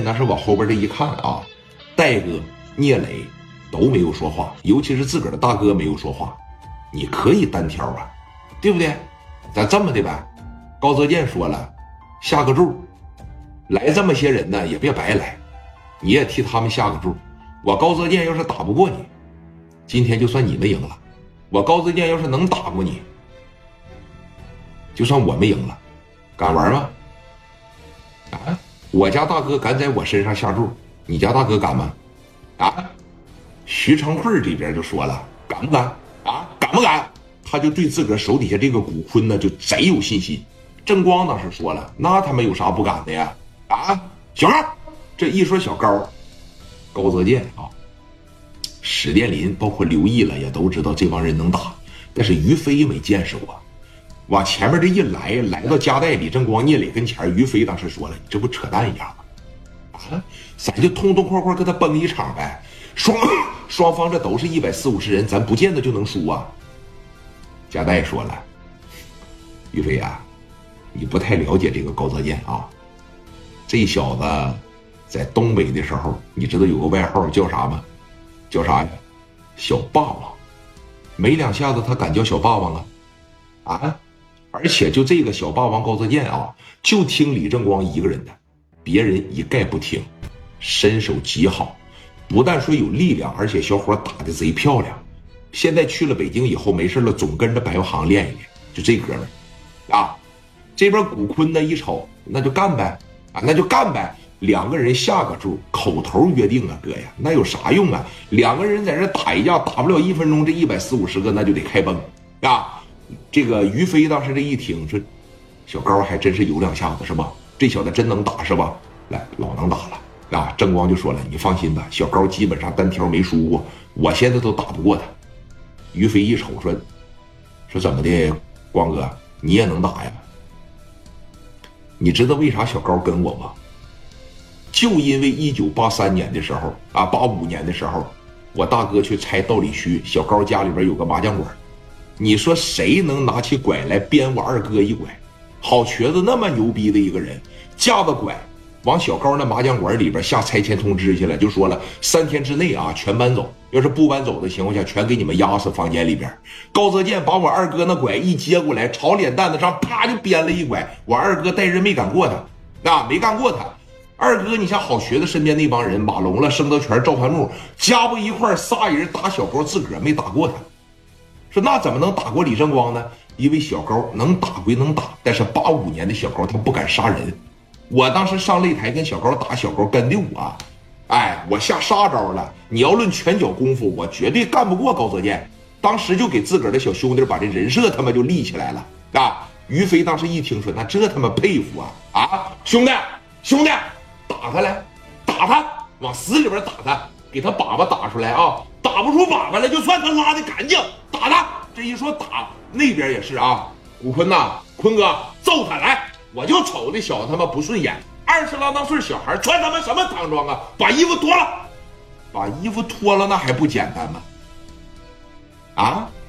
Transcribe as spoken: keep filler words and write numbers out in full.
当时往后边这一看啊，戴哥、聂磊都没有说话，尤其是自个儿的大哥没有说话。你可以单挑啊，对不对？咱这么的呗，高泽健说了，下个注，来这么些人呢，也别白来，你也替他们下个注。我高泽健要是打不过你，今天就算你们赢了；我高泽健要是能打过你，就算我们赢了。敢玩吗？啊！我家大哥敢在我身上下注，你家大哥敢吗？啊！徐成慧这边就说了，敢不敢？啊，敢不敢？他就对自个儿手底下这个古坤呢，就贼有信心。郑光当时说了，那他们有啥不敢的呀？啊，小高，这一说小高，高泽健啊，史殿林包括刘毅了，也都知道这帮人能打，但是于飞没见识过。往前面这一来，来到加代李正光、聂磊跟前，于飞当时说了：“你这不扯淡一样吗？啊，咱就痛痛快快跟他崩一场呗。双双方这都是一百四五十人，咱不见得就能输啊。”加代说了：“于飞啊，你不太了解这个高泽健啊。这小子在东北的时候，你知道有个外号叫啥吗？叫啥呀？小霸王。没两下子他敢叫小霸王啊？啊！”而且就这个小霸王高泽健啊，就听李正光一个人的，别人一概不听，身手极好，不但说有力量，而且小伙打得贼漂亮。现在去了北京以后，没事了总跟着白耀航练一练，就这哥们儿啊。这边古坤呢一瞅，那就干呗啊，那就干呗。两个人下个注，口头约定啊，哥呀，那有啥用啊？两个人在这打一架，打不了一分钟，这一百四五十个那就得开崩啊。这个于飞当时这一听说，小高还真是有两下子是吧？这小子真能打是吧？来，老能打了啊！郑光就说了，你放心吧，小高基本上单挑没输过，我现在都打不过他。于飞一瞅说，说怎么的，光哥你也能打呀？你知道为啥小高跟我吗？就因为一九八三年的时候啊，八五年的时候，我大哥去拆道理区，小高家里边有个麻将馆。你说谁能拿起拐来鞭我二哥一拐？好瘸子那么牛逼的一个人，架着拐往小高那麻将馆里边下拆迁通知去了，就说了三天之内啊全搬走，要是不搬走的情况下，全给你们压死房间里边。高泽健把我二哥那拐一接过来，朝脸蛋子上啪就鞭了一拐，我二哥带人没干过他，啊没干过他。二哥，你像好瘸子身边那帮人，马龙了、升德全、赵盘木，加不一块仨人打小高，自个儿没打过他。说那怎么能打过李正光呢？因为小高能打归能打，但是八五年的小高他不敢杀人。我当时上擂台跟小高打，小高跟的我，哎，我下杀招了。你要论拳脚功夫，我绝对干不过高泽健。当时就给自个儿的小兄弟把这人设他妈就立起来了啊！于飞当时一听说，那这他妈佩服啊啊！兄弟兄弟，打他来，打他，往死里边打他，给他粑粑打出来啊！打不出粑粑来，就算他拉的干净，打他。这一说打，那边也是啊，古坤呐，坤哥揍他来，我就瞅这小子他妈不顺眼，二十郎当岁小孩穿他妈什么唐装啊？把衣服脱了，把衣服脱了那还不简单吗？啊，